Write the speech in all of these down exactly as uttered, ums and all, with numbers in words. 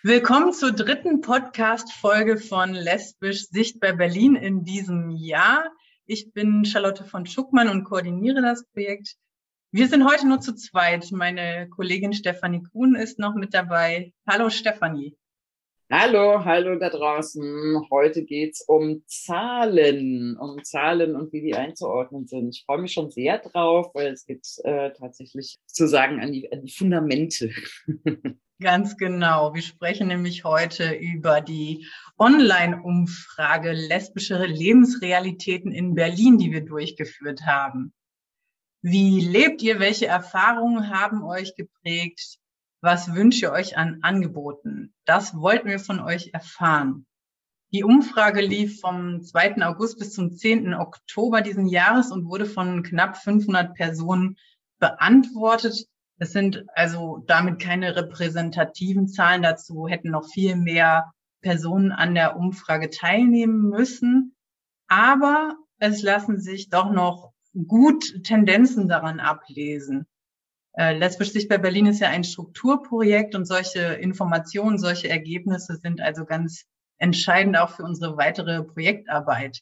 Willkommen zur dritten Podcast-Folge von Lesbisch sichtbar Berlin in diesem Jahr. Ich bin Charlotte von Schuckmann und koordiniere das Projekt. Wir sind heute nur zu zweit. Meine Kollegin Stefanie Kuhn ist noch mit dabei. Hallo Stefanie. Hallo, hallo da draußen. Heute geht's um Zahlen, um Zahlen und wie die einzuordnen sind. Ich freue mich schon sehr drauf, weil es geht äh, tatsächlich sozusagen an die, an die Fundamente. Ganz genau. Wir sprechen nämlich heute über die Online-Umfrage lesbische Lebensrealitäten in Berlin, die wir durchgeführt haben. Wie lebt ihr? Welche Erfahrungen haben euch geprägt? Was wünscht ihr euch an Angeboten? Das wollten wir von euch erfahren. Die Umfrage lief vom zweiten August bis zum zehnten Oktober diesen Jahres und wurde von knapp fünfhundert Personen beantwortet. Es sind also damit keine repräsentativen Zahlen. Dazu hätten noch viel mehr Personen an der Umfrage teilnehmen müssen. Aber es lassen sich doch noch gut Tendenzen daran ablesen. Äh, Lesbisch sichtbar Berlin ist ja ein Strukturprojekt und solche Informationen, solche Ergebnisse sind also ganz entscheidend auch für unsere weitere Projektarbeit.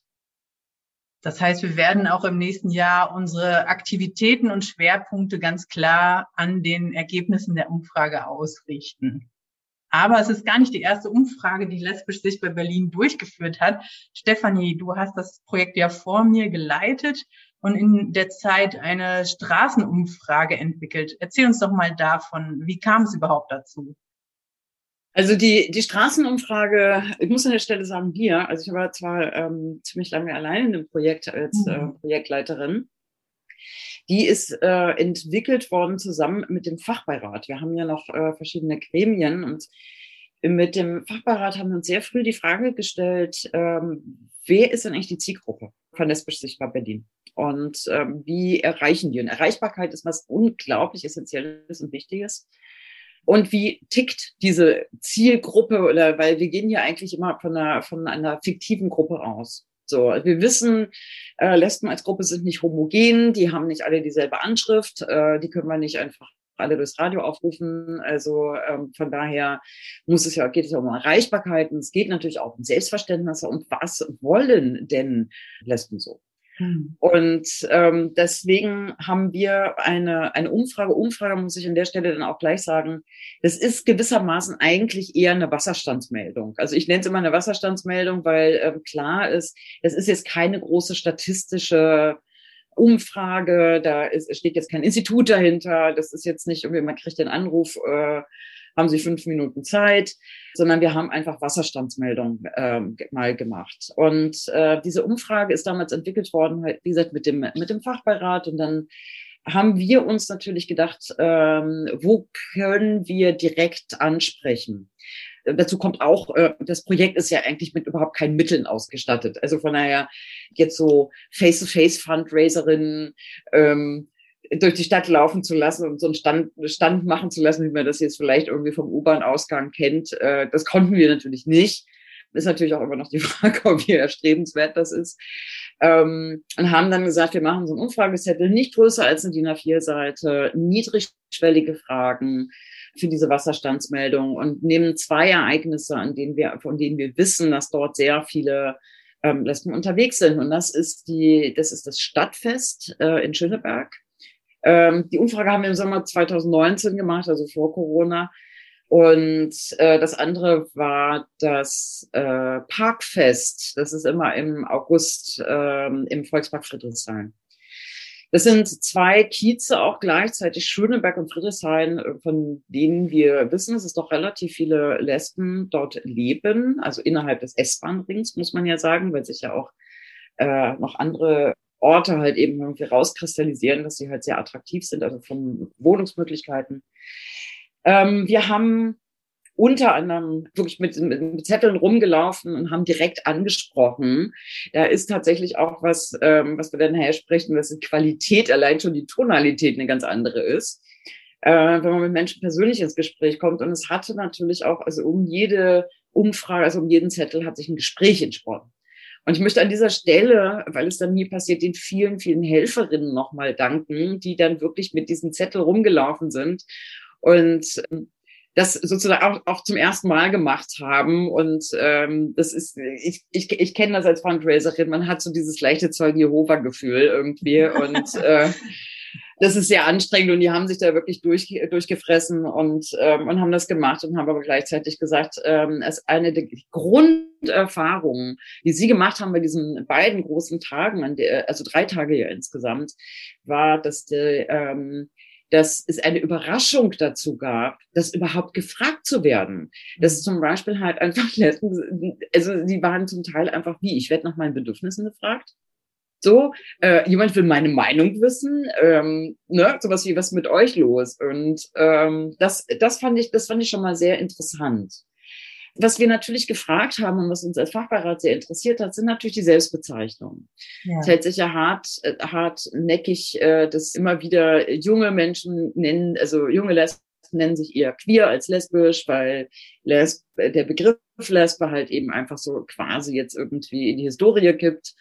Das heißt, wir werden auch im nächsten Jahr unsere Aktivitäten und Schwerpunkte ganz klar an den Ergebnissen der Umfrage ausrichten. Aber es ist gar nicht die erste Umfrage, die Lesbisch sichtbar Berlin durchgeführt hat. Stefanie, du hast das Projekt ja vor mir geleitet und in der Zeit eine Straßenumfrage entwickelt. Erzähl uns doch mal davon, wie kam es überhaupt dazu? Also die, die Straßenumfrage, ich muss an der Stelle sagen, wir, also ich war zwar ähm, ziemlich lange allein in dem Projekt als äh, Projektleiterin, die ist äh, entwickelt worden zusammen mit dem Fachbeirat. Wir haben ja noch äh, verschiedene Gremien und mit dem Fachbeirat haben wir uns sehr früh die Frage gestellt, ähm, wer ist denn eigentlich die Zielgruppe von Lesbisch sichtbar Berlin? Und ähm, wie erreichen die? Und Erreichbarkeit ist was unglaublich Essentielles und Wichtiges. Und wie tickt diese Zielgruppe? Oder weil wir gehen hier eigentlich immer von einer, von einer fiktiven Gruppe aus. So, wir wissen, äh, Lesben als Gruppe sind nicht homogen, die haben nicht alle dieselbe Anschrift, äh, die können wir nicht einfach alle durchs Radio aufrufen. Also ähm, von daher muss es ja, geht es ja um Erreichbarkeiten. Es geht natürlich auch um Selbstverständnisse. Und was wollen denn Lesben so? Und ähm, deswegen haben wir eine, eine Umfrage. Umfrage muss ich an der Stelle dann auch gleich sagen, das ist gewissermaßen eigentlich eher eine Wasserstandsmeldung. Also ich nenne es immer eine Wasserstandsmeldung, weil ähm, klar ist, das ist jetzt keine große statistische Umfrage, da ist, steht jetzt kein Institut dahinter, das ist jetzt nicht irgendwie, man kriegt den Anruf, äh, haben Sie fünf Minuten Zeit, sondern wir haben einfach Wasserstandsmeldungen äh, mal gemacht. Und äh, diese Umfrage ist damals entwickelt worden, halt, wie gesagt, mit dem, mit dem Fachbeirat. Und dann haben wir uns natürlich gedacht, ähm, wo können wir direkt ansprechen? Dazu kommt auch, äh, das Projekt ist ja eigentlich mit überhaupt keinen Mitteln ausgestattet. Also von daher jetzt so Face-to-Face-Fundraiserinnen, ähm, durch die Stadt laufen zu lassen und so einen Stand, Stand machen zu lassen, wie man das jetzt vielleicht irgendwie vom U-Bahn-Ausgang kennt. Äh, das konnten wir natürlich nicht. Ist natürlich auch immer noch die Frage, wie erstrebenswert das ist. Ähm, und haben dann gesagt, wir machen so einen Umfragezettel, nicht größer als eine D I N A vier Seite, niedrigschwellige Fragen für diese Wasserstandsmeldung und nehmen zwei Ereignisse, an denen wir, von denen wir wissen, dass dort sehr viele ähm, Lesben unterwegs sind. Und das ist die, das ist das Stadtfest äh, in Schöneberg. Ähm, die Umfrage haben wir im Sommer zwanzig neunzehn gemacht, also vor Corona. Und äh, das andere war das äh, Parkfest. Das ist immer im August ähm, im Volkspark Friedrichshain. Das sind zwei Kieze auch gleichzeitig, Schöneberg und Friedrichshain, von denen wir wissen, dass es doch relativ viele Lesben dort leben, also innerhalb des S-Bahn-Rings, muss man ja sagen, weil sich ja auch äh, noch andere Orte halt eben irgendwie rauskristallisieren, dass sie halt sehr attraktiv sind, also von Wohnungsmöglichkeiten. Ähm, wir haben unter anderem wirklich mit, mit Zetteln rumgelaufen und haben direkt angesprochen. Da ist tatsächlich auch was, ähm, was wir dann nachher sprechen, dass die Qualität, allein schon die Tonalität eine ganz andere ist, äh, wenn man mit Menschen persönlich ins Gespräch kommt. Und es hatte natürlich auch, also um jede Umfrage, also um jeden Zettel hat sich ein Gespräch entsponnen. Und ich möchte an dieser Stelle, weil es dann nie passiert, den vielen, vielen Helferinnen nochmal danken, die dann wirklich mit diesem Zettel rumgelaufen sind und das sozusagen auch, auch zum ersten Mal gemacht haben. Und ähm, das ist, ich, ich, ich kenne das als Fundraiserin, man hat so dieses leichte Zeugen-Jehova-Gefühl irgendwie. Und äh, das ist sehr anstrengend und die haben sich da wirklich durch, durchgefressen und, ähm, und haben das gemacht und haben aber gleichzeitig gesagt, ähm, es ist eine der Grunderfahrungen, die sie gemacht haben bei diesen beiden großen Tagen, an der, also drei Tage ja insgesamt, war, dass die, ähm, dass es eine Überraschung dazu gab, das überhaupt gefragt zu werden. Dass zum Beispiel halt einfach, also die waren zum Teil einfach wie, ich werde nach meinen Bedürfnissen gefragt. So, äh, jemand will meine Meinung wissen, ähm, ne, sowas wie, was ist mit euch los? Und ähm, das, das fand ich, das fand ich schon mal sehr interessant. Was wir natürlich gefragt haben und was uns als Fachbeirat sehr interessiert hat, sind natürlich die Selbstbezeichnungen. Ja. Es hält sich ja hart, hartnäckig, äh, dass immer wieder junge Menschen nennen, also junge Lesben nennen sich eher queer als lesbisch, weil Lesb, der Begriff Lesbe halt eben einfach so quasi jetzt irgendwie in die Historie gibt.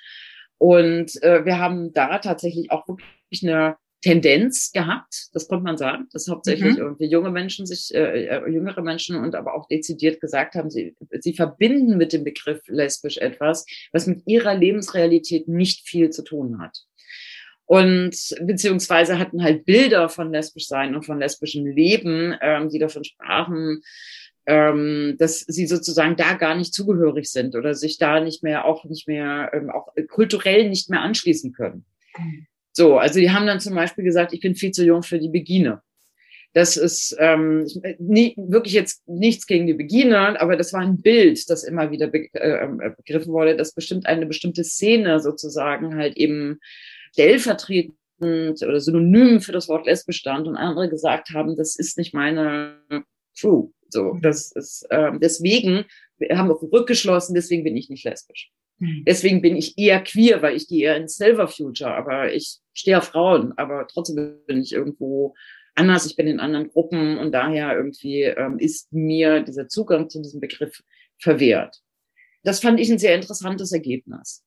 Und äh, wir haben da tatsächlich auch wirklich eine Tendenz gehabt, das konnte man sagen, dass hauptsächlich mhm. irgendwie junge Menschen sich, äh, jüngere Menschen und aber auch dezidiert gesagt haben, sie, sie verbinden mit dem Begriff lesbisch etwas, was mit ihrer Lebensrealität nicht viel zu tun hat. Und beziehungsweise hatten halt Bilder von lesbisch sein und von lesbischem Leben, ähm, die davon sprachen, ähm, dass sie sozusagen da gar nicht zugehörig sind oder sich da nicht mehr, auch nicht mehr, ähm, auch kulturell nicht mehr anschließen können. Mhm. So, also die haben dann zum Beispiel gesagt, ich bin viel zu jung für die Begine. Das ist ähm, nie, wirklich jetzt nichts gegen die Begine, aber das war ein Bild, das immer wieder be äh, begriffen wurde, dass bestimmt eine bestimmte Szene sozusagen halt eben stellvertretend oder synonym für das Wort lesbisch stand und andere gesagt haben, das ist nicht meine Crew. So, das ist ähm, deswegen wir haben wir rückgeschlossen, deswegen bin ich nicht lesbisch. Deswegen bin ich eher queer, weil ich gehe eher ins Silver Future, aber ich stehe auf Frauen, aber trotzdem bin ich irgendwo anders, ich bin in anderen Gruppen und daher irgendwie ähm, ist mir dieser Zugang zu diesem Begriff verwehrt. Das fand ich ein sehr interessantes Ergebnis.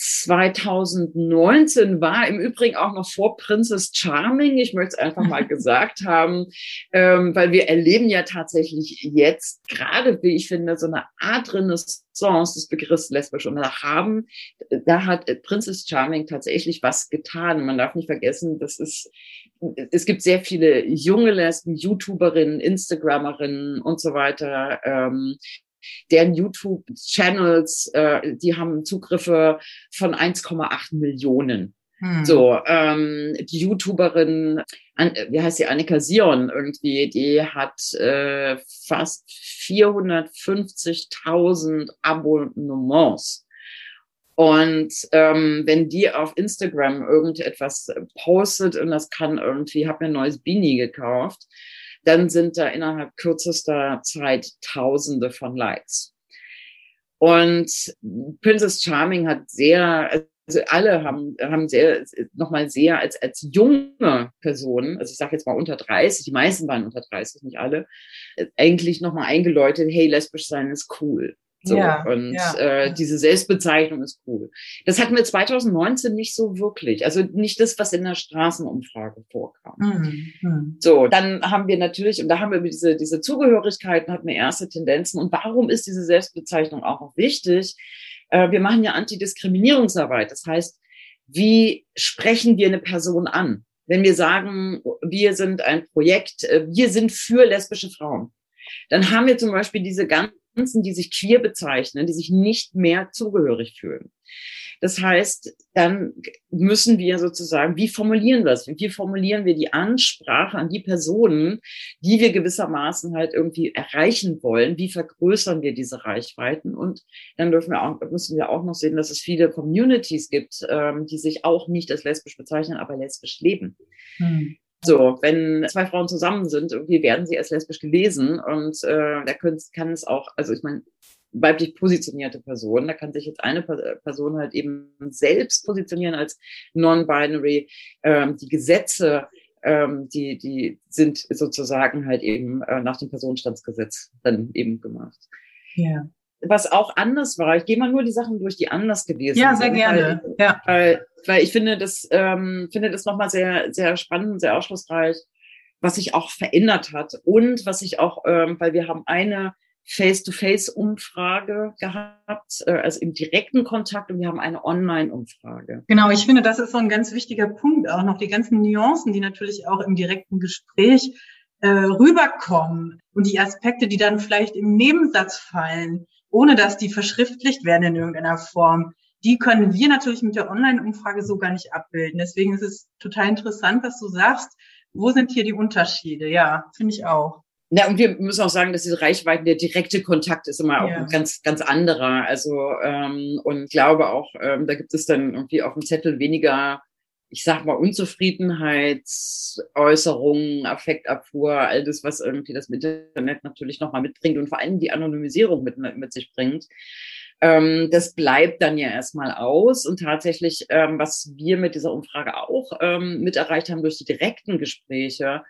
zwanzig neunzehn war im Übrigen auch noch vor Princess Charming, ich möchte es einfach mal gesagt haben, ähm, weil wir erleben ja tatsächlich jetzt gerade, wie ich finde, so eine Art Renaissance des Begriffs lesbisch und da haben, da hat Princess Charming tatsächlich was getan. Man darf nicht vergessen, das ist, es gibt sehr viele junge Lesben, YouTuberinnen, Instagrammerinnen und so weiter, ähm, deren YouTube-Channels, äh, die haben Zugriffe von eins Komma acht Millionen. Hm. So, ähm, die YouTuberin, an, wie heißt sie, Annika Sion irgendwie, die hat äh, fast vierhundertfünfzigtausend Abonnements. Und ähm, wenn die auf Instagram irgendetwas postet und das kann irgendwie, hab mir ein neues Beanie gekauft, dann sind da innerhalb kürzester Zeit Tausende von Likes. Und Princess Charming hat sehr, also alle haben, haben sehr, nochmal sehr als, als junge Personen, also ich sage jetzt mal unter dreißig, die meisten waren unter dreißig, nicht alle, eigentlich nochmal eingeläutet, hey, lesbisch sein ist cool. So, ja, und ja. Äh, diese Selbstbezeichnung ist cool. Das hatten wir zwanzig neunzehn nicht so wirklich. Also nicht das, was in der Straßenumfrage vorkam. Mhm. So, dann haben wir natürlich, und da haben wir diese, diese Zugehörigkeiten, hatten wir erste Tendenzen. Und warum ist diese Selbstbezeichnung auch noch wichtig? Äh, wir machen ja Antidiskriminierungsarbeit. Das heißt, wie sprechen wir eine Person an? Wenn wir sagen, wir sind ein Projekt, wir sind für lesbische Frauen, dann haben wir zum Beispiel diese ganzen die sich queer bezeichnen, die sich nicht mehr zugehörig fühlen. Das heißt, dann müssen wir sozusagen, wie formulieren wir das? Wie formulieren wir die Ansprache an die Personen, die wir gewissermaßen halt irgendwie erreichen wollen? Wie vergrößern wir diese Reichweiten? Und dann dürfen wir auch, müssen wir auch noch sehen, dass es viele Communities gibt, ähm, die sich auch nicht als lesbisch bezeichnen, aber lesbisch leben. Hm. So, wenn zwei Frauen zusammen sind, irgendwie werden sie als lesbisch gelesen und äh, da können, kann es auch, also ich meine, weiblich positionierte Personen, da kann sich jetzt eine Person halt eben selbst positionieren als non-binary. Ähm, die Gesetze, ähm, die die sind sozusagen halt eben äh, nach dem Personenstandsgesetz dann eben gemacht. Ja. Was auch anders war, ich gehe mal nur die Sachen durch, die anders gewesen sind. Ja, sehr gerne. Weil, ja. weil, weil ich finde das, ähm, finde das nochmal sehr, sehr spannend, sehr aufschlussreich. was sich auch verändert hat und was sich auch, ähm, weil wir haben eine Face-to-Face-Umfrage gehabt, äh, also im direkten Kontakt, und wir haben eine Online-Umfrage. Genau, ich finde, das ist so ein ganz wichtiger Punkt auch noch, die ganzen Nuancen, die natürlich auch im direkten Gespräch äh, rüberkommen und die Aspekte, die dann vielleicht im Nebensatz fallen, ohne dass die verschriftlicht werden in irgendeiner Form, die können wir natürlich mit der Online-Umfrage so gar nicht abbilden. Deswegen ist es total interessant, was du sagst. Wo sind hier die Unterschiede? Ja, finde ich auch. Ja, und wir müssen auch sagen, dass diese Reichweiten, der direkte Kontakt ist immer auch Ja. ein ganz, ganz anderer. Also, ähm, und glaube auch, ähm, da gibt es dann irgendwie auf dem Zettel weniger, ich sag mal, Unzufriedenheitsäußerungen, Affektabfuhr, all das, was irgendwie das Internet natürlich nochmal mitbringt und vor allem die Anonymisierung mit, mit sich bringt. Ähm, das bleibt dann ja erstmal aus. Und tatsächlich, ähm, was wir mit dieser Umfrage auch ähm, mit erreicht haben durch die direkten Gespräche,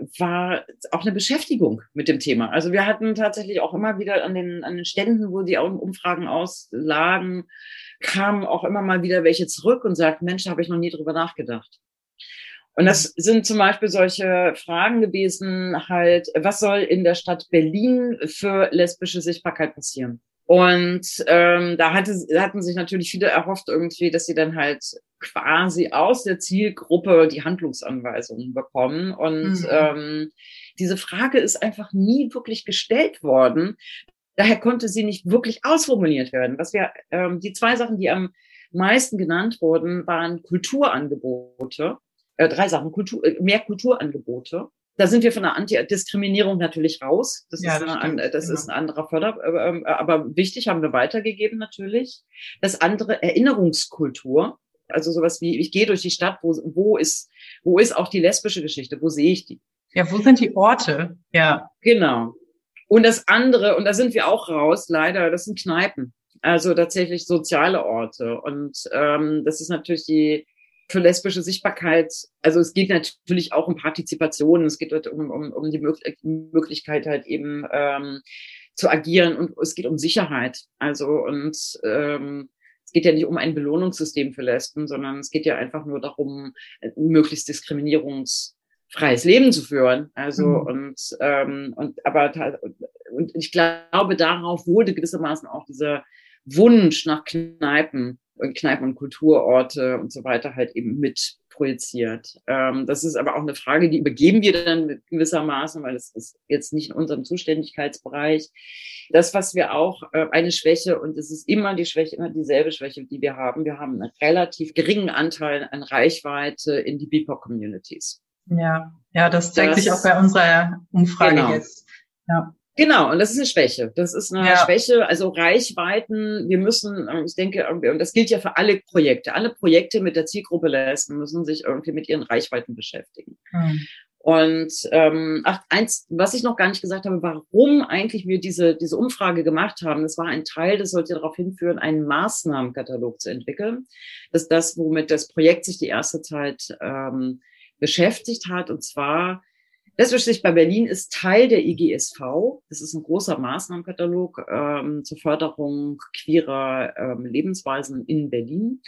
war auch eine Beschäftigung mit dem Thema. Also wir hatten tatsächlich auch immer wieder an den, an den Ständen, wo die Umfragen auslagen, kamen auch immer mal wieder welche zurück und sagten, Mensch, da habe ich noch nie drüber nachgedacht. Und das sind zum Beispiel solche Fragen gewesen, halt, was soll in der Stadt Berlin für lesbische Sichtbarkeit passieren? Und ähm, da hatte, hatten sich natürlich viele erhofft irgendwie, dass sie dann halt quasi aus der Zielgruppe die Handlungsanweisungen bekommen. Und mhm. ähm, diese Frage ist einfach nie wirklich gestellt worden. Daher konnte sie nicht wirklich ausformuliert werden. Was wir, ähm, die zwei Sachen, die am meisten genannt wurden, waren Kulturangebote, äh, drei Sachen, Kultur, mehr Kulturangebote. Da sind wir von der Antidiskriminierung natürlich raus. Das, ja, ist, das, eine, stimmt, das genau. ist ein anderer Förder, aber wichtig, haben wir weitergegeben natürlich. Das andere, Erinnerungskultur. Also sowas wie, ich gehe durch die Stadt, wo, wo ist, wo ist auch die lesbische Geschichte? Wo sehe ich die? Ja, wo sind die Orte? Ja. Genau. Und das andere, und da sind wir auch raus, leider, das sind Kneipen. Also tatsächlich soziale Orte. Und ähm, das ist natürlich die, für lesbische Sichtbarkeit, also es geht natürlich auch um Partizipation, es geht um, um, um die Möglichkeit halt eben ähm, zu agieren, und es geht um Sicherheit. Also und ähm, es geht ja nicht um ein Belohnungssystem für Lesben, sondern es geht ja einfach nur darum, möglichst diskriminierungsfreies Leben zu führen. Also mhm. und ähm, und aber und ich glaube, darauf wurde gewissermaßen auch dieser Wunsch nach Kneipen Kneipen und Kulturorte und so weiter halt eben mit projiziert. Ähm, das ist aber auch eine Frage, die übergeben wir dann gewissermaßen, weil es ist jetzt nicht in unserem Zuständigkeitsbereich. Das, was wir auch, äh, eine Schwäche, und es ist immer die Schwäche, immer dieselbe Schwäche, die wir haben. Wir haben einen relativ geringen Anteil an Reichweite in die B I P O C-Communities. Ja, ja, das zeigt das, sich auch bei unserer Umfrage genau. jetzt. Ja. Genau, und das ist eine Schwäche. Das ist eine ja. Schwäche, also Reichweiten. Wir müssen, ich denke, und das gilt ja für alle Projekte. Alle Projekte mit der Zielgruppe Lesben müssen sich irgendwie mit ihren Reichweiten beschäftigen. Hm. Und ähm, ach, eins, was ich noch gar nicht gesagt habe, warum eigentlich wir diese diese Umfrage gemacht haben, das war ein Teil, das sollte darauf hinführen, einen Maßnahmenkatalog zu entwickeln. Das ist das, womit das Projekt sich die erste Zeit ähm, beschäftigt hat, und zwar Lesbisch Sichtbar Berlin ist Teil der I G S V. Das ist ein großer Maßnahmenkatalog ähm, zur Förderung queerer ähm, Lebensweisen in Berlin.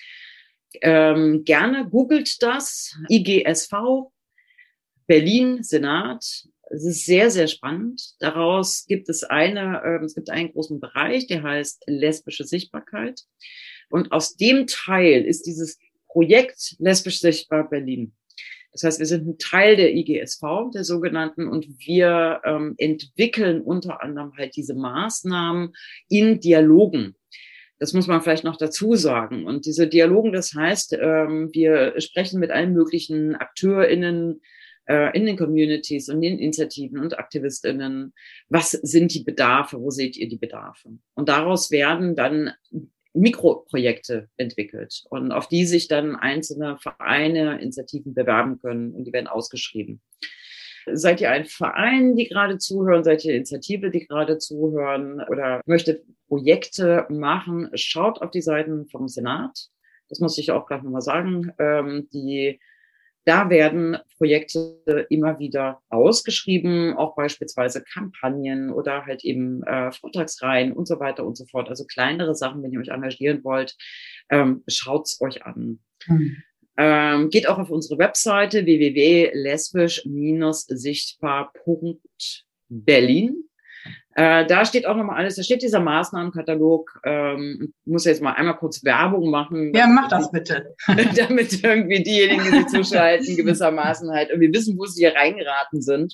Ähm, gerne googelt das. I G S V, Berlin, Senat. Es ist sehr, sehr spannend. Daraus gibt es eine, äh, es gibt einen großen Bereich, der heißt lesbische Sichtbarkeit. Und aus dem Teil ist dieses Projekt Lesbisch Sichtbar Berlin. Das heißt, wir sind ein Teil der I G S V, der sogenannten, und wir ähm, entwickeln unter anderem halt diese Maßnahmen in Dialogen. Das muss man vielleicht noch dazu sagen. Und diese Dialogen, das heißt, ähm, wir sprechen mit allen möglichen AkteurInnen äh, in den Communities und den Initiativen und AktivistInnen. Was sind die Bedarfe? Wo seht ihr die Bedarfe? Und daraus werden dann Mikroprojekte entwickelt, und auf die sich dann einzelne Vereine, Initiativen bewerben können, und die werden ausgeschrieben. Seid ihr ein Verein, die gerade zuhören? Seid ihr Initiative, die gerade zuhören? Oder möchtet Projekte machen? Schaut auf die Seiten vom Senat. Das muss ich auch gleich nochmal sagen. Ähm, die Da werden Projekte immer wieder ausgeschrieben, auch beispielsweise Kampagnen oder halt eben äh, Vortragsreihen und so weiter und so fort. Also kleinere Sachen, wenn ihr euch engagieren wollt, ähm, schaut's euch an. Mhm. Ähm, geht auch auf unsere Webseite w w w punkt lesbisch sichtbar punkt berlin. Äh, da steht auch nochmal alles, da steht dieser Maßnahmenkatalog. Ähm, ich muss jetzt mal einmal kurz Werbung machen. Ja, mach das bitte. Damit irgendwie diejenigen, die sich zuschalten, gewissermaßen halt irgendwie wissen, wo sie hier reingeraten sind.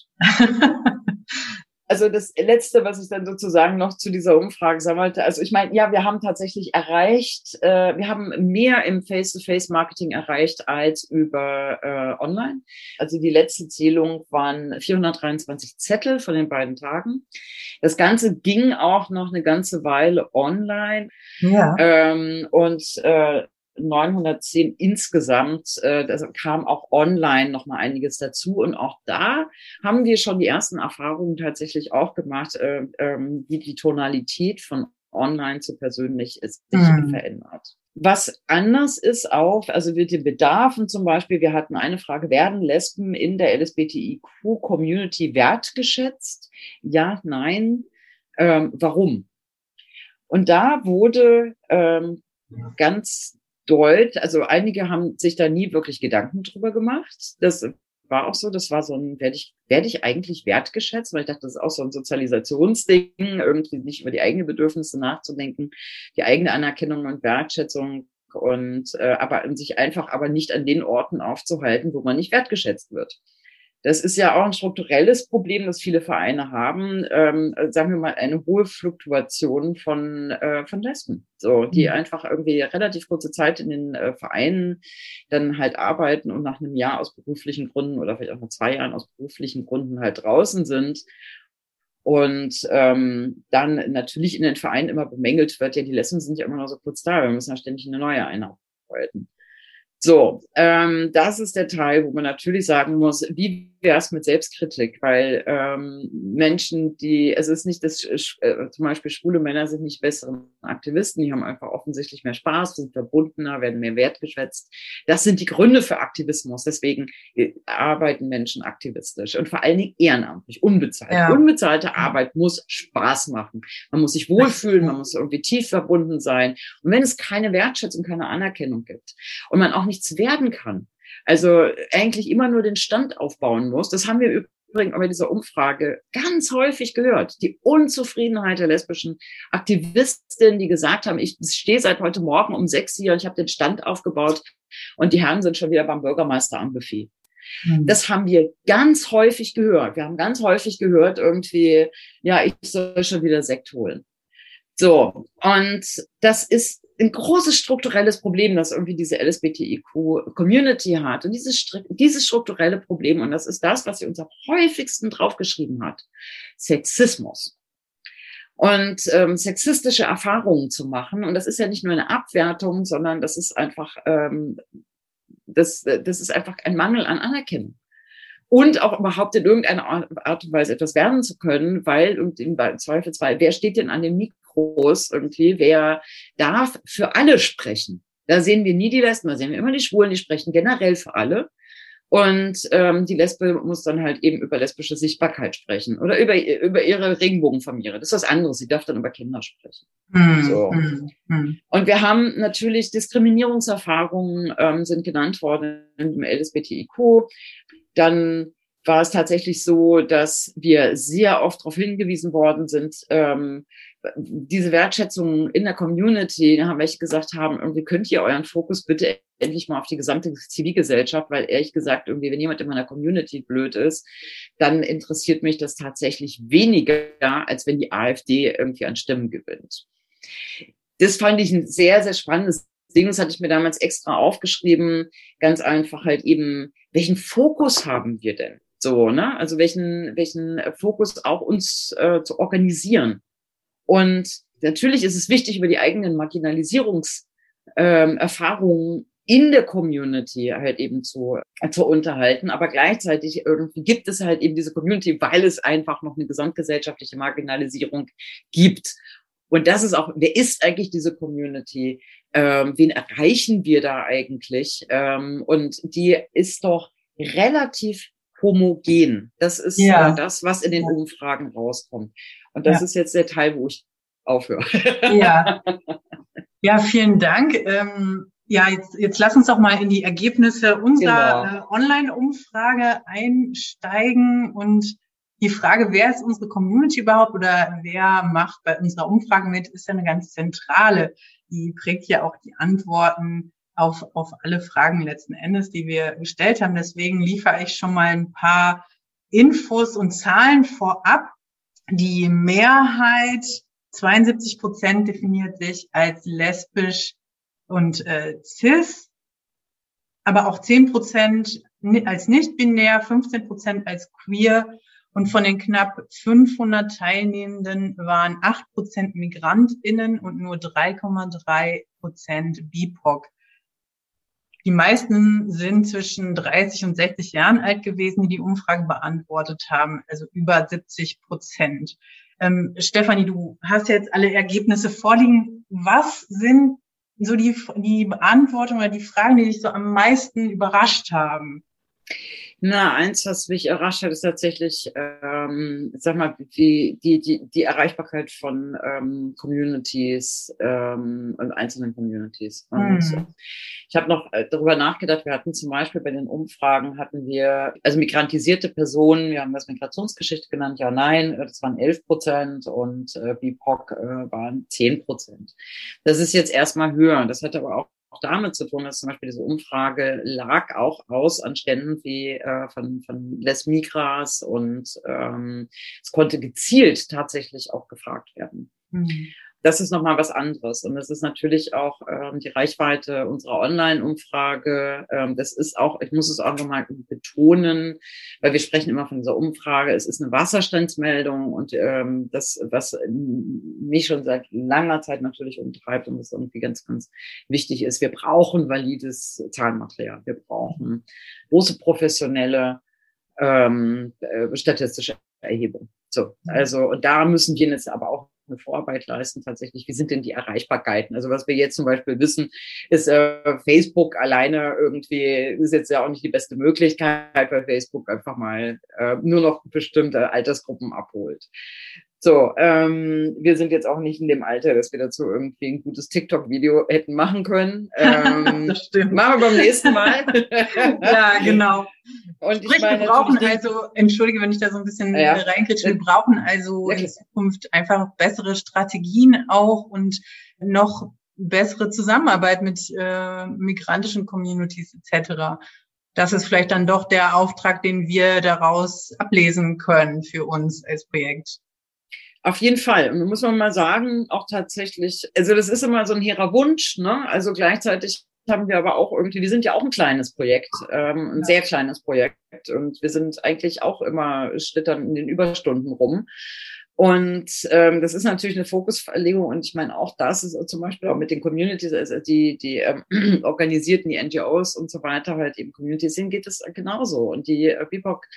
Also das Letzte, was ich dann sozusagen noch zu dieser Umfrage sagen wollte, also ich meine, ja, wir haben tatsächlich erreicht, äh, wir haben mehr im Face-to-Face-Marketing erreicht als über äh, online. Also die letzte Zählung waren vierhundertdreiundzwanzig Zettel von den beiden Tagen. Das Ganze ging auch noch eine ganze Weile online. Ja. Ähm, und äh, neunhundertzehn insgesamt, äh, das kam auch online noch mal einiges dazu und auch da haben wir schon die ersten Erfahrungen tatsächlich auch gemacht, äh, ähm, wie die Tonalität von online zu persönlich ist, sich mhm. verändert. Was anders ist auch, also mit den Bedarfen zum Beispiel, wir hatten eine Frage, werden Lesben in der L S B T I Q-Community wertgeschätzt? Ja, nein. Ähm, warum? Und da wurde ähm, ganz Deut, also einige haben sich da nie wirklich Gedanken drüber gemacht. Das war auch so, das war so ein, werde ich, werde ich eigentlich wertgeschätzt? Weil ich dachte, das ist auch so ein Sozialisationsding, irgendwie nicht über die eigenen Bedürfnisse nachzudenken, die eigene Anerkennung und Wertschätzung und äh, aber sich einfach aber nicht an den Orten aufzuhalten, wo man nicht wertgeschätzt wird. Das ist ja auch ein strukturelles Problem, das viele Vereine haben, ähm, sagen wir mal, eine hohe Fluktuation von, äh, von Lesben, so, die mhm. einfach irgendwie relativ kurze Zeit in den äh, Vereinen dann halt arbeiten und nach einem Jahr aus beruflichen Gründen oder vielleicht auch nach zwei Jahren aus beruflichen Gründen halt draußen sind. Und ähm, dann natürlich in den Vereinen immer bemängelt wird, ja, die Lesben sind ja immer noch so kurz da, wir müssen ja ständig eine neue einarbeiten. So, ähm, das ist der Teil, wo man natürlich sagen muss, wie wäre es mit Selbstkritik? Weil ähm, Menschen, die, es ist nicht das, äh, zum Beispiel schwule Männer sind nicht bessere Aktivisten, die haben einfach offensichtlich mehr Spaß, sind verbundener, werden mehr wertgeschätzt. Das sind die Gründe für Aktivismus. Deswegen arbeiten Menschen aktivistisch und vor allen Dingen ehrenamtlich, unbezahlt. Ja. Unbezahlte Arbeit muss Spaß machen. Man muss sich wohlfühlen, man muss irgendwie tief verbunden sein. Und wenn es keine Wertschätzung, keine Anerkennung gibt und man auch nichts werden kann, also eigentlich immer nur den Stand aufbauen muss. Das haben wir übrigens bei dieser Umfrage ganz häufig gehört. Die Unzufriedenheit der lesbischen Aktivistinnen, die gesagt haben, ich stehe seit heute Morgen um sechs hier und ich habe den Stand aufgebaut und die Herren sind schon wieder beim Bürgermeister am Buffet. Mhm. Das haben wir ganz häufig gehört. Wir haben ganz häufig gehört irgendwie, ja, ich soll schon wieder Sekt holen. So, und das ist ein großes strukturelles Problem, das irgendwie diese L S B T I Q-Community hat. Und dieses, dieses strukturelle Problem, und das ist das, was sie uns am häufigsten draufgeschrieben hat, Sexismus. Und ähm, sexistische Erfahrungen zu machen. Und das ist ja nicht nur eine Abwertung, sondern das ist einfach, ähm, das, das ist einfach ein Mangel an Anerkennung. Und auch überhaupt in irgendeiner Art und Weise etwas werden zu können, weil, und im Zweifelsfall, wer steht denn an den Mikros irgendwie, wer darf für alle sprechen? Da sehen wir nie die Lesben, da sehen wir immer die Schwulen, die sprechen generell für alle. Und ähm, die Lesbe muss dann halt eben über lesbische Sichtbarkeit sprechen oder über, über ihre Regenbogenfamilie. Das ist was anderes, sie darf dann über Kinder sprechen. Mm, so. Mm, mm. Und wir haben natürlich Diskriminierungserfahrungen, ähm, sind genannt worden im L S B T I Q. Dann war es tatsächlich so, dass wir sehr oft darauf hingewiesen worden sind, ähm, diese Wertschätzung in der Community, haben welche gesagt haben, irgendwie könnt ihr euren Fokus bitte endlich mal auf die gesamte Zivilgesellschaft, weil ehrlich gesagt, irgendwie, wenn jemand in meiner Community blöd ist, dann interessiert mich das tatsächlich weniger, als wenn die AfD irgendwie an Stimmen gewinnt. Das fand ich ein sehr, sehr spannendes Ding, das hatte ich mir damals extra aufgeschrieben, ganz einfach halt eben, welchen Fokus haben wir denn? So, ne? Also welchen, welchen Fokus auch uns äh, zu organisieren. Und natürlich ist es wichtig, über die eigenen Marginalisierungserfahrungen ähm, in der Community halt eben zu, äh, zu unterhalten. Aber gleichzeitig irgendwie gibt es halt eben diese Community, weil es einfach noch eine gesamtgesellschaftliche Marginalisierung gibt. Und das ist auch, wer ist eigentlich diese Community? Ähm, wen erreichen wir da eigentlich? Ähm, und die ist doch relativ homogen. Das ist ja. äh, das, was in den Umfragen rauskommt. Und das ja. ist jetzt der Teil, wo ich aufhöre. Ja, ja, vielen Dank. Ähm, Ja, jetzt, jetzt lass uns doch mal in die Ergebnisse unserer Genau. äh, Online-Umfrage einsteigen und die Frage, wer ist unsere Community überhaupt oder wer macht bei unserer Umfrage mit, ist ja eine ganz zentrale. Die prägt ja auch die Antworten auf, auf alle Fragen letzten Endes, die wir gestellt haben. Deswegen liefere ich schon mal ein paar Infos und Zahlen vorab. Die Mehrheit, zweiundsiebzig Prozent, definiert sich als lesbisch und äh, cis, aber auch zehn Prozent als nicht-binär, fünfzehn Prozent als queer und von den knapp fünfhundert Teilnehmenden waren acht Prozent MigrantInnen und nur drei Komma drei Prozent B I P O C. Die meisten sind zwischen dreißig und sechzig Jahren alt gewesen, die die Umfrage beantwortet haben, also über siebzig Prozent. Ähm, Stefanie, du hast jetzt alle Ergebnisse vorliegen. Was sind so die, die Beantwortung oder die Fragen, die dich so am meisten überrascht haben? Na, eins, was mich überrascht hat, ist tatsächlich, ähm, sag mal, die, die, die, die Erreichbarkeit von ähm, Communities ähm, und einzelnen Communities. Und Hm. ich habe noch darüber nachgedacht, wir hatten zum Beispiel bei den Umfragen, hatten wir, also migrantisierte Personen, wir haben das Migrationsgeschichte genannt, ja, nein, das waren elf Prozent und äh, B I P O C äh, waren zehn Prozent. Das ist jetzt erstmal höher. Das hat aber auch auch damit zu tun, dass zum Beispiel diese Umfrage lag auch aus an Ständen wie äh, von, von Les Migras und ähm, es konnte gezielt tatsächlich auch gefragt werden. Mhm. Das ist nochmal was anderes. Und das ist natürlich auch ähm, die Reichweite unserer Online-Umfrage. Ähm, das ist auch, ich muss es auch nochmal betonen, weil wir sprechen immer von dieser Umfrage. Es ist eine Wasserstandsmeldung und ähm, das, was mich schon seit langer Zeit natürlich umtreibt und das irgendwie ganz, ganz wichtig ist. Wir brauchen valides Zahlenmaterial. Wir brauchen große professionelle ähm, äh, statistische Erhebung. So, also, und da müssen wir jetzt aber auch eine Vorarbeit leisten tatsächlich. Wie sind denn die Erreichbarkeiten? Also was wir jetzt zum Beispiel wissen, ist äh, Facebook alleine irgendwie, ist jetzt ja auch nicht die beste Möglichkeit, weil Facebook einfach mal äh, nur noch bestimmte Altersgruppen abholt. So, ähm, wir sind jetzt auch nicht in dem Alter, dass wir dazu irgendwie ein gutes TikTok-Video hätten machen können. Ähm, das stimmt. Machen wir beim nächsten Mal. Ja, genau. Und Sprich, ich meine, wir brauchen also, entschuldige, wenn ich da so ein bisschen ja. reinkritsche, wir brauchen also in Zukunft einfach bessere Strategien auch und noch bessere Zusammenarbeit mit äh, migrantischen Communities et cetera. Das ist vielleicht dann doch der Auftrag, den wir daraus ablesen können für uns als Projekt. Auf jeden Fall. Und da muss man mal sagen, auch tatsächlich, also das ist immer so ein hehrer Wunsch, ne? Also gleichzeitig haben wir aber auch irgendwie, wir sind ja auch ein kleines Projekt, ähm, ein ja. sehr kleines Projekt. Und wir sind eigentlich auch immer schlittern in den Überstunden rum. Und ähm, das ist natürlich eine Fokusverlegung. Und ich meine, auch das ist zum Beispiel auch mit den Communities, also die, die ähm, organisierten, die N G Os und so weiter, halt eben Communities sind, geht es genauso. Und die äh, B I P O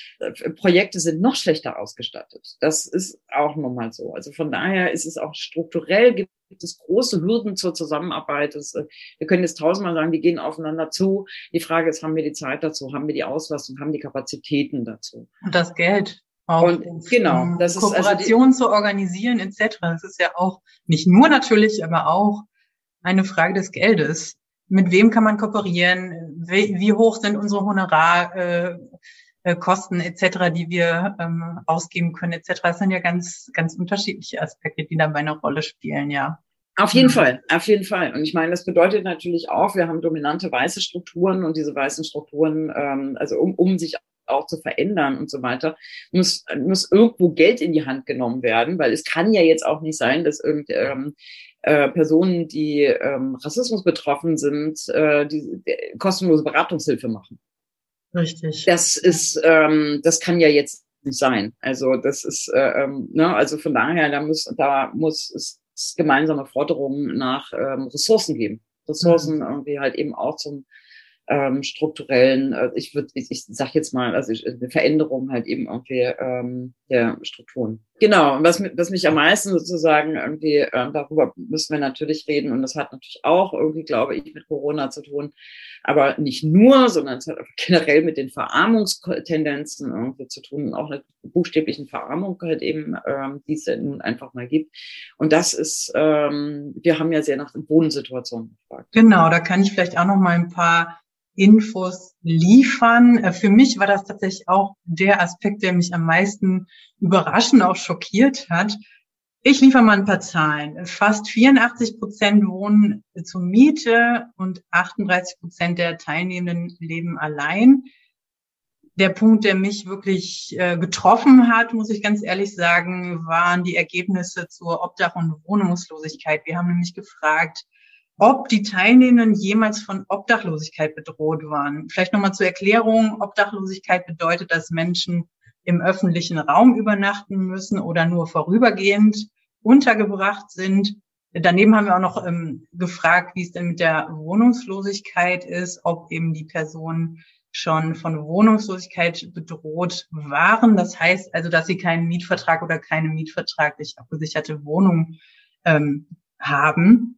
C Projekte sind noch schlechter ausgestattet. Das ist auch nochmal so. Also von daher ist es auch strukturell, gibt es große Hürden zur Zusammenarbeit. Das, wir können jetzt tausendmal sagen, wir gehen aufeinander zu. Die Frage ist, haben wir die Zeit dazu? Haben wir die Auslastung? Haben die Kapazitäten dazu? Und das Geld. Auch und genau, um das Kooperation ist also zu organisieren et cetera. Das ist ja auch nicht nur natürlich, aber auch eine Frage des Geldes. Mit wem kann man kooperieren? Wie, wie hoch sind unsere Honorar? Äh, Kosten et cetera, die wir ähm, ausgeben können et cetera. Das sind ja ganz, ganz unterschiedliche Aspekte, die dabei eine Rolle spielen, ja. Auf jeden mhm. Fall, auf jeden Fall. Und ich meine, das bedeutet natürlich auch, wir haben dominante weiße Strukturen und diese weißen Strukturen, ähm, also um, um sich auch zu verändern und so weiter, muss, muss irgendwo Geld in die Hand genommen werden, weil es kann ja jetzt auch nicht sein, dass irgend, ähm, äh, Personen, die ähm, Rassismus betroffen sind, äh, die, die kostenlose Beratungshilfe machen. Richtig. Das ist, ähm, das kann ja jetzt nicht sein. Also das ist, äh, ähm, ne, also von daher, da muss, da muss es gemeinsame Forderungen nach ähm, Ressourcen geben. Ressourcen mhm. irgendwie halt eben auch zum ähm, strukturellen, äh, ich würde, ich, ich sag jetzt mal, also ich, eine Veränderung halt eben irgendwie ähm, der Strukturen. Genau, und was, was mich am meisten sozusagen irgendwie, äh, darüber müssen wir natürlich reden, und das hat natürlich auch irgendwie, glaube ich, mit Corona zu tun, aber nicht nur, sondern es hat auch generell mit den Verarmungstendenzen irgendwie zu tun, und auch einer buchstäblichen Verarmung halt eben, ähm, die es nun einfach mal gibt. Und das ist, ähm, wir haben ja sehr nach Wohnsituationen gefragt. Genau, da kann ich vielleicht auch noch mal ein paar Infos liefern. Für mich war das tatsächlich auch der Aspekt, der mich am meisten überraschend auch schockiert hat. Ich liefere mal ein paar Zahlen. Fast vierundachtzig Prozent wohnen zur Miete und achtunddreißig Prozent der Teilnehmenden leben allein. Der Punkt, der mich wirklich äh, getroffen hat, muss ich ganz ehrlich sagen, waren die Ergebnisse zur Obdach- und Wohnungslosigkeit. Wir haben nämlich gefragt, ob die Teilnehmenden jemals von Obdachlosigkeit bedroht waren. Vielleicht nochmal zur Erklärung. Obdachlosigkeit bedeutet, dass Menschen im öffentlichen Raum übernachten müssen oder nur vorübergehend untergebracht sind. Daneben haben wir auch noch ähm, gefragt, wie es denn mit der Wohnungslosigkeit ist, ob eben die Personen schon von Wohnungslosigkeit bedroht waren. Das heißt also, dass sie keinen Mietvertrag oder keine mietvertraglich abgesicherte Wohnung ähm, haben.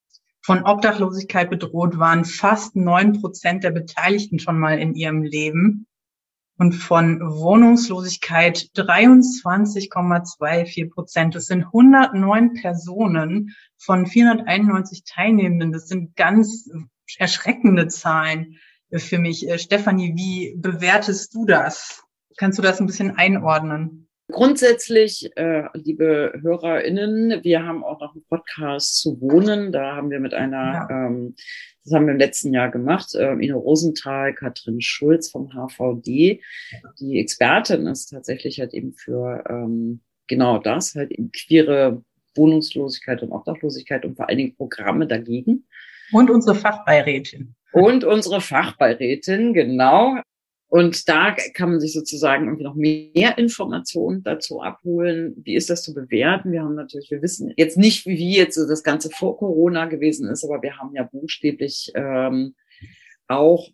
Von Obdachlosigkeit bedroht waren fast neun Prozent der Beteiligten schon mal in ihrem Leben und von Wohnungslosigkeit dreiundzwanzig Komma vierundzwanzig Prozent. Das sind hundertneun Personen von vierhunderteinundneunzig Teilnehmenden. Das sind ganz erschreckende Zahlen für mich. Stefanie, wie bewertest du das? Kannst du das ein bisschen einordnen? Grundsätzlich, äh, liebe HörerInnen, wir haben auch noch einen Podcast zu Wohnen. Da haben wir mit einer, ja. ähm, das haben wir im letzten Jahr gemacht, äh, Ine Rosenthal, Katrin Schulz vom H V D. Die Expertin ist tatsächlich halt eben für ähm, genau das, halt eben queere Wohnungslosigkeit und Obdachlosigkeit und vor allen Dingen Programme dagegen. Und unsere Fachbeirätin. Und unsere Fachbeirätin, genau. Und da kann man sich sozusagen irgendwie noch mehr Informationen dazu abholen. Wie ist das zu bewerten? Wir haben natürlich, wir wissen jetzt nicht, wie jetzt so das Ganze vor Corona gewesen ist, aber wir haben ja buchstäblich ähm, auch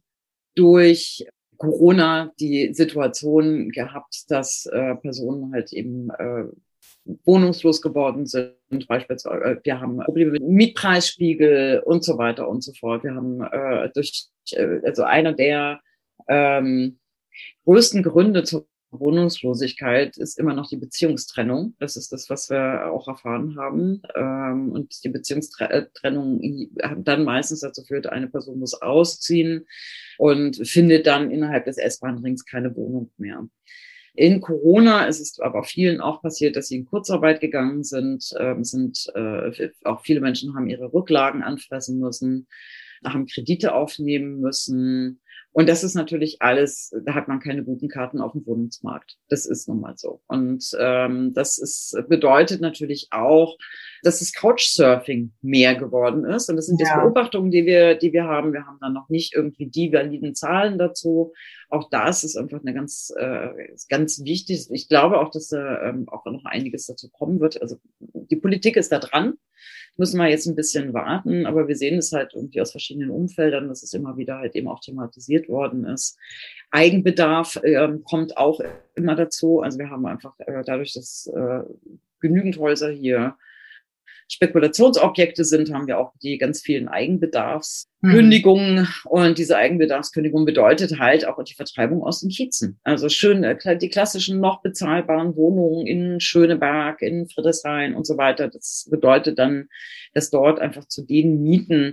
durch Corona die Situation gehabt, dass äh, Personen halt eben äh, wohnungslos geworden sind. Beispielsweise, wir haben Probleme mit Mietpreisspiegel und so weiter und so fort. Wir haben äh, durch, äh, also einer der ähm, größten Gründe zur Wohnungslosigkeit ist immer noch die Beziehungstrennung. Das ist das, was wir auch erfahren haben. Ähm, und die Beziehungstrennung dann meistens dazu führt, eine Person muss ausziehen und findet dann innerhalb des S-Bahn-Rings keine Wohnung mehr. In Corona ist es aber vielen auch passiert, dass sie in Kurzarbeit gegangen sind. Ähm, sind äh, auch viele Menschen haben ihre Rücklagen anfressen müssen, haben Kredite aufnehmen müssen. Und das ist natürlich alles, da hat man keine guten Karten auf dem Wohnungsmarkt. Das ist nun mal so. Und ähm, das ist, bedeutet natürlich auch, dass das Couchsurfing mehr geworden ist. Und das sind ja. jetzt Beobachtungen, die wir, die wir haben. Wir haben dann noch nicht irgendwie die validen Zahlen dazu. Auch da ist es einfach eine ganz, äh, ganz wichtig. Ich glaube auch, dass da ähm, auch noch einiges dazu kommen wird. Also die Politik ist da dran. Müssen wir jetzt ein bisschen warten, aber wir sehen es halt irgendwie aus verschiedenen Umfeldern, dass es immer wieder halt eben auch thematisiert worden ist. Eigenbedarf äh, kommt auch immer dazu. Also wir haben einfach äh, dadurch, dass äh, genügend Häuser hier Spekulationsobjekte sind, haben wir auch die ganz vielen Eigenbedarfskündigungen. Mhm. Und diese Eigenbedarfskündigung bedeutet halt auch die Vertreibung aus den Kiezen. Also schön, die klassischen noch bezahlbaren Wohnungen in Schöneberg, in Friedrichshain und so weiter. Das bedeutet dann, dass dort einfach zu den Mieten,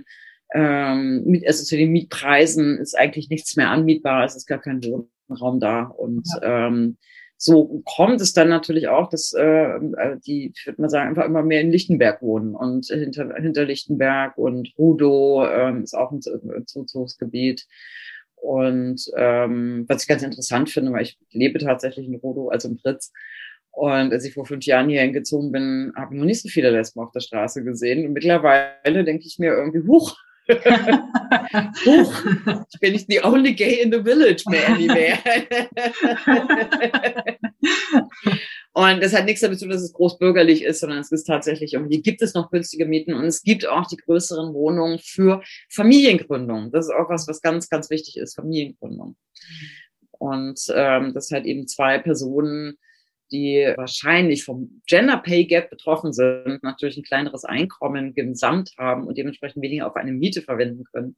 ähm, also zu den Mietpreisen ist eigentlich nichts mehr anmietbar. Es ist gar kein Wohnraum da. Und ja. ähm, so kommt es dann natürlich auch, dass äh, die, ich würde mal sagen, einfach immer mehr in Lichtenberg wohnen. Und hinter, hinter Lichtenberg und Rudow ähm, ist auch ein Zuzugsgebiet. Und ähm, was ich ganz interessant finde, weil ich lebe tatsächlich in Rudow, also in Fritz. Und als ich vor fünf Jahren hier hingezogen bin, habe ich noch nicht so viele Lesben auf der Straße gesehen. Und mittlerweile denke ich mir irgendwie, huch, huch, ich bin nicht the only gay in the village mehr anywhere. Und das hat nichts damit zu tun, dass es großbürgerlich ist, sondern es ist tatsächlich, irgendwie gibt es noch günstige Mieten und es gibt auch die größeren Wohnungen für Familiengründung. Das ist auch was, was ganz, ganz wichtig ist, Familiengründung. Und ähm, das halt eben zwei Personen die wahrscheinlich vom Gender Pay Gap betroffen sind, natürlich ein kleineres Einkommen gesamt haben und dementsprechend weniger auf eine Miete verwenden können,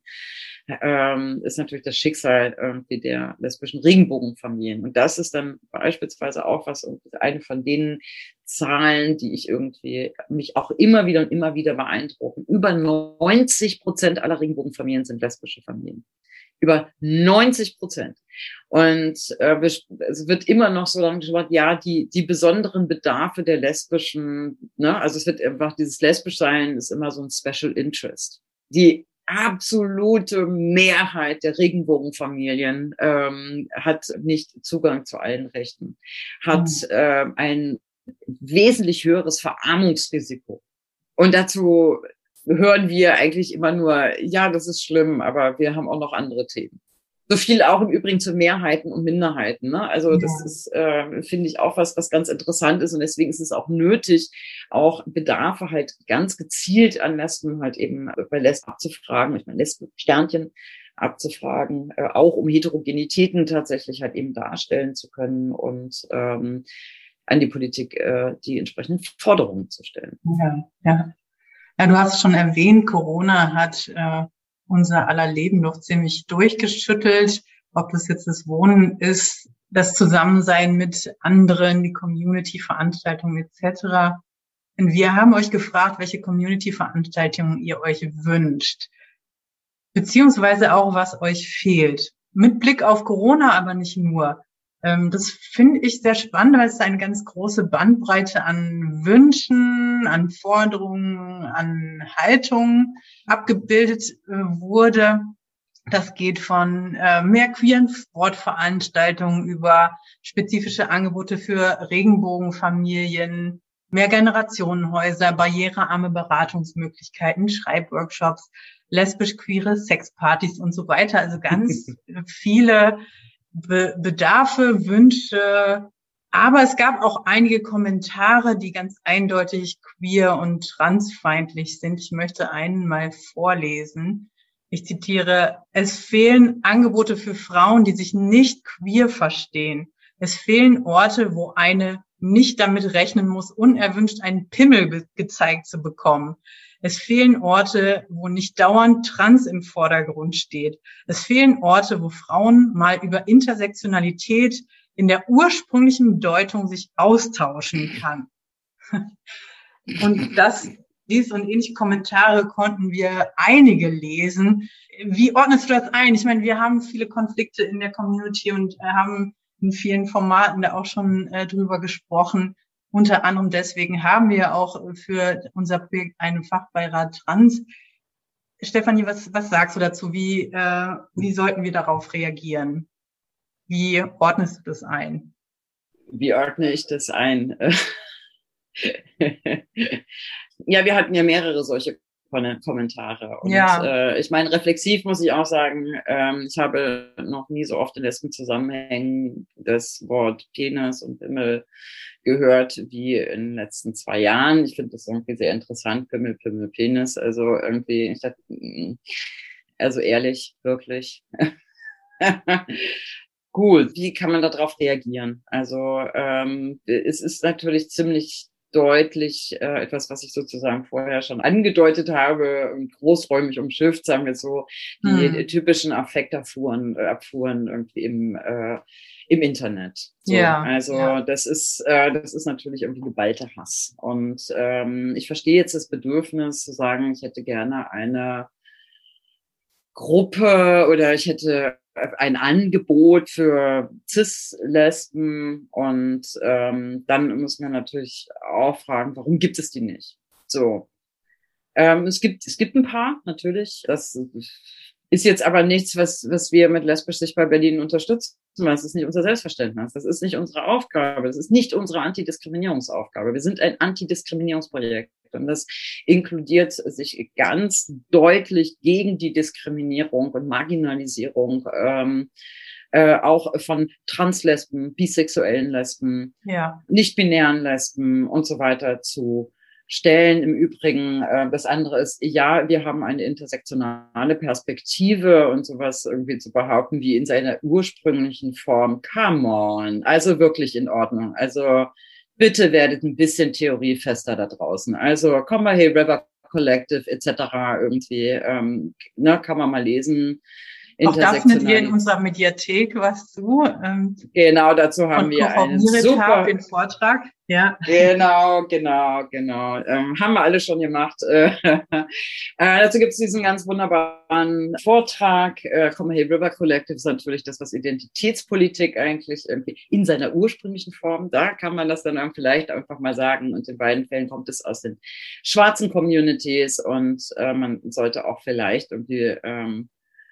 ähm, ist natürlich das Schicksal irgendwie der lesbischen Regenbogenfamilien. Und das ist dann beispielsweise auch was, eine von den Zahlen, die ich irgendwie mich auch immer wieder und immer wieder beeindrucken. Über neunzig Prozent aller Regenbogenfamilien sind lesbische Familien. Über neunzig Prozent. Und äh, es wird immer noch so lange gesagt, ja, die die besonderen Bedarfe der lesbischen, ne, also es wird einfach, dieses Lesbischsein ist immer so ein Special Interest. Die absolute Mehrheit der Regenbogenfamilien ähm, hat nicht Zugang zu allen Rechten, hat äh, ein wesentlich höheres Verarmungsrisiko. Und dazu hören wir eigentlich immer nur, ja, das ist schlimm, aber wir haben auch noch andere Themen. So viel auch im Übrigen zu Mehrheiten und Minderheiten. Ne? Also das ist, äh, finde ich, auch was, was ganz interessant ist. Und deswegen ist es auch nötig, auch Bedarfe halt ganz gezielt an Lesben halt eben bei Lesben abzufragen. Ich meine, Lesben-Sternchen abzufragen, äh, auch um Heterogenitäten tatsächlich halt eben darstellen zu können und ähm, an die Politik äh, die entsprechenden Forderungen zu stellen. Ja, ja. Ja, du hast schon erwähnt, Corona hat äh, unser aller Leben doch ziemlich durchgeschüttelt. Ob das jetzt das Wohnen ist, das Zusammensein mit anderen, die Community-Veranstaltungen et cetera. Und wir haben euch gefragt, welche Community-Veranstaltungen ihr euch wünscht, beziehungsweise auch, was euch fehlt. Mit Blick auf Corona, aber nicht nur. Das finde ich sehr spannend, weil es eine ganz große Bandbreite an Wünschen, an Forderungen, an Haltungen abgebildet wurde. Das geht von mehr queeren Sportveranstaltungen über spezifische Angebote für Regenbogenfamilien, Mehrgenerationenhäuser, barrierearme Beratungsmöglichkeiten, Schreibworkshops, lesbisch-queere Sexpartys und so weiter. Also ganz viele Be- Bedarfe, Wünsche, aber es gab auch einige Kommentare, die ganz eindeutig queer und transfeindlich sind. Ich möchte einen mal vorlesen. Ich zitiere: Es fehlen Angebote für Frauen, die sich nicht queer verstehen. Es fehlen Orte, wo eine nicht damit rechnen muss, unerwünscht einen Pimmel ge- gezeigt zu bekommen. Es fehlen Orte, wo nicht dauernd Trans im Vordergrund steht. Es fehlen Orte, wo Frauen mal über Intersektionalität in der ursprünglichen Bedeutung sich austauschen kann. Und das, dies und ähnliche Kommentare konnten wir einige lesen. Wie ordnest du das ein? Ich meine, wir haben viele Konflikte in der Community und haben in vielen Formaten da auch schon äh, drüber gesprochen. Unter anderem deswegen haben wir auch für unser Projekt einen Fachbeirat Trans. Stefanie, was, was sagst du dazu? Wie, äh, wie sollten wir darauf reagieren? Wie ordnest du das ein? Wie ordne ich das ein? Ja, wir hatten ja mehrere solche Kommentare. Und ja. äh, ich meine, reflexiv muss ich auch sagen, ähm, ich habe noch nie so oft in lesbischen Zusammenhängen das Wort Penis und Pimmel gehört wie in den letzten zwei Jahren. Ich finde das irgendwie sehr interessant, Pimmel, Pimmel, Penis. Also irgendwie, ich dachte, also ehrlich, wirklich. Gut, wie kann man darauf reagieren? Also ähm, es ist natürlich ziemlich deutlich äh, etwas, was ich sozusagen vorher schon angedeutet habe, großräumig umschifft, sagen wir so, die hm. typischen Affektabfuhren äh, Abfuhren irgendwie im äh, im Internet. So, ja, also ja. das ist äh, das ist natürlich irgendwie geballter Hass. Und ähm, ich verstehe jetzt das Bedürfnis zu sagen, ich hätte gerne eine Gruppe oder ich hätte ein Angebot für Cis-Lesben und ähm, dann muss man natürlich auch fragen, warum gibt es die nicht? So, ähm, es gibt es gibt ein paar natürlich. Das ist jetzt aber nichts, was was wir mit Lesbisch Sichtbar Berlin unterstützen. Das ist nicht unser Selbstverständnis. Das ist nicht unsere Aufgabe. Das ist nicht unsere Antidiskriminierungsaufgabe. Wir sind ein Antidiskriminierungsprojekt. Und das inkludiert sich ganz deutlich gegen die Diskriminierung und Marginalisierung ähm, äh, auch von Translesben, bisexuellen Lesben, ja. nicht-binären Lesben und so weiter zu stellen. Im Übrigen, äh, das andere ist, ja, wir haben eine intersektionale Perspektive und sowas irgendwie zu behaupten wie in seiner ursprünglichen Form. Come on. Also wirklich in Ordnung. Also bitte werdet ein bisschen theoriefester da draußen. Also Combahee River Collective et cetera irgendwie, ähm, ne, kann man mal lesen. Auch da findet ihr in unserer Mediathek was zu. Ähm, genau, dazu haben wir einen super den Vortrag. Ja. Genau, genau, genau. Ähm, haben wir alle schon gemacht. äh, dazu gibt es diesen ganz wunderbaren Vortrag. Äh, Combahee River Collective ist natürlich das, was Identitätspolitik eigentlich irgendwie in seiner ursprünglichen Form, da kann man das dann vielleicht einfach mal sagen. Und in beiden Fällen kommt es aus den schwarzen Communities und äh, man sollte auch vielleicht irgendwie ähm,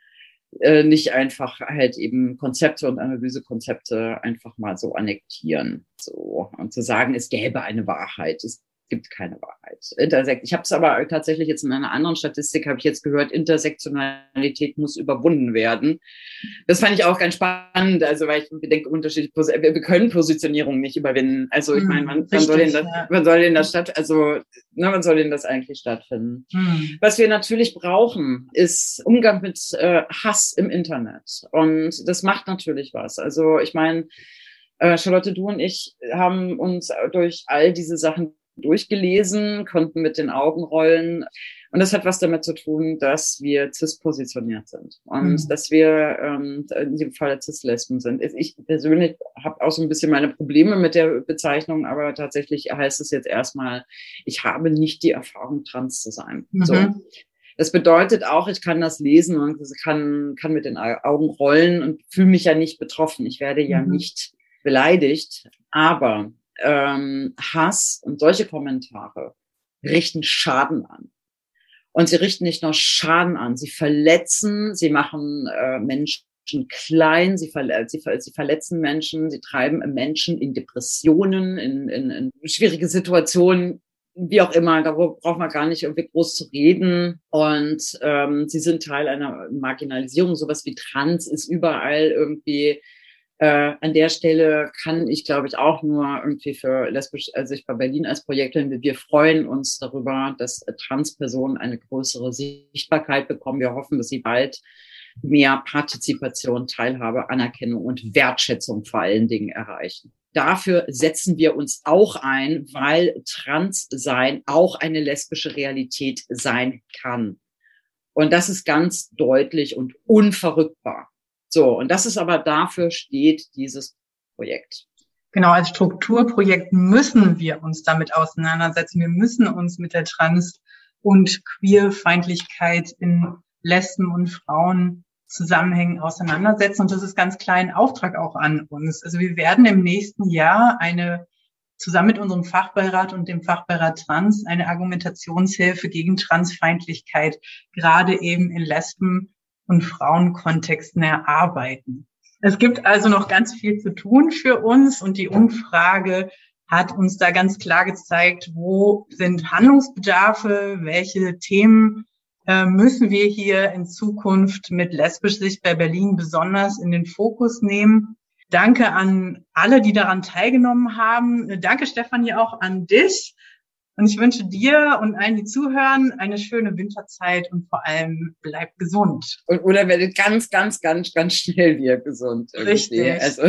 Äh, nicht einfach halt eben Konzepte und Analysekonzepte einfach mal so annektieren, so und zu sagen, es gäbe eine Wahrheit. Es gibt keine Wahrheit. Intersekt. Ich habe es aber tatsächlich jetzt in einer anderen Statistik habe ich jetzt gehört, Intersektionalität muss überwunden werden. Das fand ich auch ganz spannend, also weil ich bedenke, unterschiedliche wir können Positionierung nicht überwinden. Also ich meine, wann, wann soll denn das, ja. wann soll denn das statt, also ne, wann soll denn das eigentlich stattfinden? Hm. Was wir natürlich brauchen, ist Umgang mit äh, Hass im Internet und das macht natürlich was. Also ich meine, äh, Charlotte, du und ich haben uns durch all diese Sachen durchgelesen, konnten mit den Augen rollen. Und das hat was damit zu tun, dass wir cis-positioniert sind und mhm. dass wir ähm, in dem Fall cis-Lesben sind. Ich persönlich habe auch so ein bisschen meine Probleme mit der Bezeichnung, aber tatsächlich heißt es jetzt erstmal, ich habe nicht die Erfahrung, trans zu sein. Mhm. So. Das bedeutet auch, ich kann das lesen und kann, kann mit den Augen rollen und fühle mich ja nicht betroffen. Ich werde ja mhm. nicht beleidigt, aber ähm, Hass und solche Kommentare richten Schaden an. Und sie richten nicht nur Schaden an, sie verletzen, sie machen äh, Menschen klein, sie, ver sie, ver sie verletzen Menschen, sie treiben Menschen in Depressionen, in, in, in schwierige Situationen, wie auch immer, darüber braucht man gar nicht irgendwie groß zu reden. Und ähm, sie sind Teil einer Marginalisierung, sowas wie Trans ist überall irgendwie. Äh, an der Stelle kann ich, glaube ich, auch nur irgendwie für lesbisch, also ich bei Berlin als Projektin, wir freuen uns darüber, dass Transpersonen eine größere Sichtbarkeit bekommen. Wir hoffen, dass sie bald mehr Partizipation, Teilhabe, Anerkennung und Wertschätzung vor allen Dingen erreichen. Dafür setzen wir uns auch ein, weil Transsein auch eine lesbische Realität sein kann. Und das ist ganz deutlich und unverrückbar. So, und das ist aber dafür steht dieses Projekt. Genau, als Strukturprojekt müssen wir uns damit auseinandersetzen. Wir müssen uns mit der Trans- und Queerfeindlichkeit in Lesben- und Frauenzusammenhängen auseinandersetzen. Und das ist ganz klar ein Auftrag auch an uns. Also wir werden im nächsten Jahr eine, zusammen mit unserem Fachbeirat und dem Fachbeirat Trans, eine Argumentationshilfe gegen Transfeindlichkeit gerade eben in Lesben- und Frauenkontexten erarbeiten. Es gibt also noch ganz viel zu tun für uns und die Umfrage hat uns da ganz klar gezeigt, wo sind Handlungsbedarfe, welche Themen äh, müssen wir hier in Zukunft mit lesbisch Sicht bei Berlin besonders in den Fokus nehmen. Danke an alle, die daran teilgenommen haben. Danke, Stefanie, auch an dich. Und ich wünsche dir und allen, die zuhören, eine schöne Winterzeit und vor allem bleibt gesund. Und, oder werdet ganz, ganz, ganz, ganz schnell wieder gesund. Irgendwie. Richtig. Also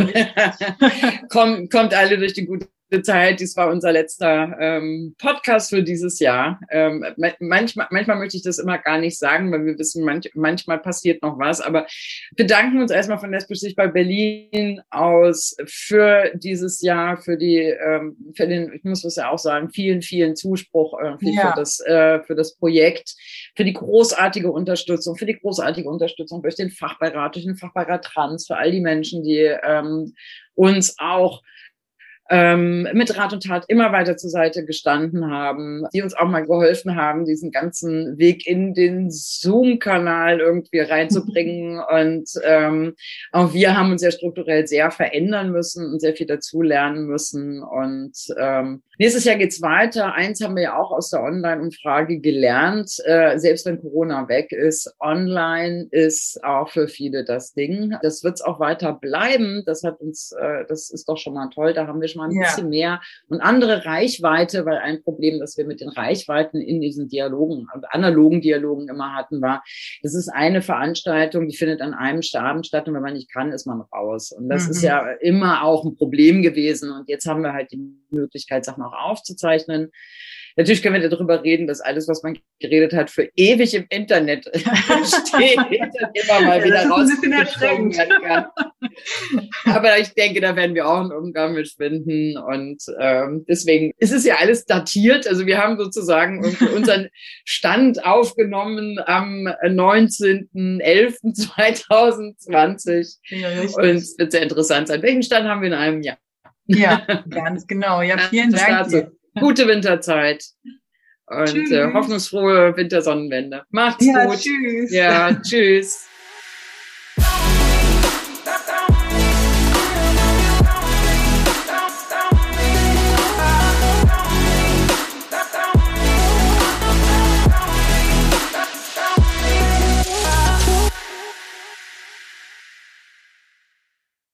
kommt, kommt alle durch die gute Zeit. Dies war unser letzter ähm, Podcast für dieses Jahr. Ähm, manchmal, manchmal möchte ich das immer gar nicht sagen, weil wir wissen, manch, manchmal passiert noch was. Aber bedanken uns erstmal von Lesbisch Sicht bei Berlin aus für dieses Jahr, für die, ähm, für den, ich muss das ja auch sagen, vielen, vielen Zuspruch irgendwie ja. für das, äh, für das Projekt, für die großartige Unterstützung, für die großartige Unterstützung durch den Fachbeirat, durch den Fachbeirat Trans, für all die Menschen, die ähm, uns auch ähm, mit Rat und Tat immer weiter zur Seite gestanden haben, die uns auch mal geholfen haben, diesen ganzen Weg in den Zoom-Kanal irgendwie reinzubringen. Und ähm, auch wir haben uns ja strukturell sehr verändern müssen und sehr viel dazulernen müssen. Und ähm, nächstes Jahr geht's weiter. Eins haben wir ja auch aus der Online-Umfrage gelernt, äh, selbst wenn Corona weg ist, online ist auch für viele das Ding. Das wird's auch weiter bleiben. Das hat uns, äh, das ist doch schon mal toll. Da haben wir schon mal ein ja. bisschen mehr und andere Reichweite, weil ein Problem, das wir mit den Reichweiten in diesen Dialogen, analogen Dialogen immer hatten, war, das ist eine Veranstaltung, die findet an einem Abend statt und wenn man nicht kann, ist man raus. Und das mhm. ist ja immer auch ein Problem gewesen. Und jetzt haben wir halt die Möglichkeit, Sachen auch aufzuzeichnen. Natürlich können wir darüber reden, dass alles, was man geredet hat, für ewig im Internet steht und immer mal wieder rausgezogen werden kann. Aber ich denke, da werden wir auch einen Umgang mit finden. Und ähm, deswegen ist es ja alles datiert. Also wir haben sozusagen unseren Stand aufgenommen am neunzehnten elften zweitausendzwanzig. Ja, und es wird sehr interessant sein. Welchen Stand haben wir in einem Jahr? Ja, ganz genau. Ja, vielen Dank dir. Gute Winterzeit und äh, hoffnungsfrohe Wintersonnenwende. Macht's ja, gut. Tschüss. Ja, tschüss.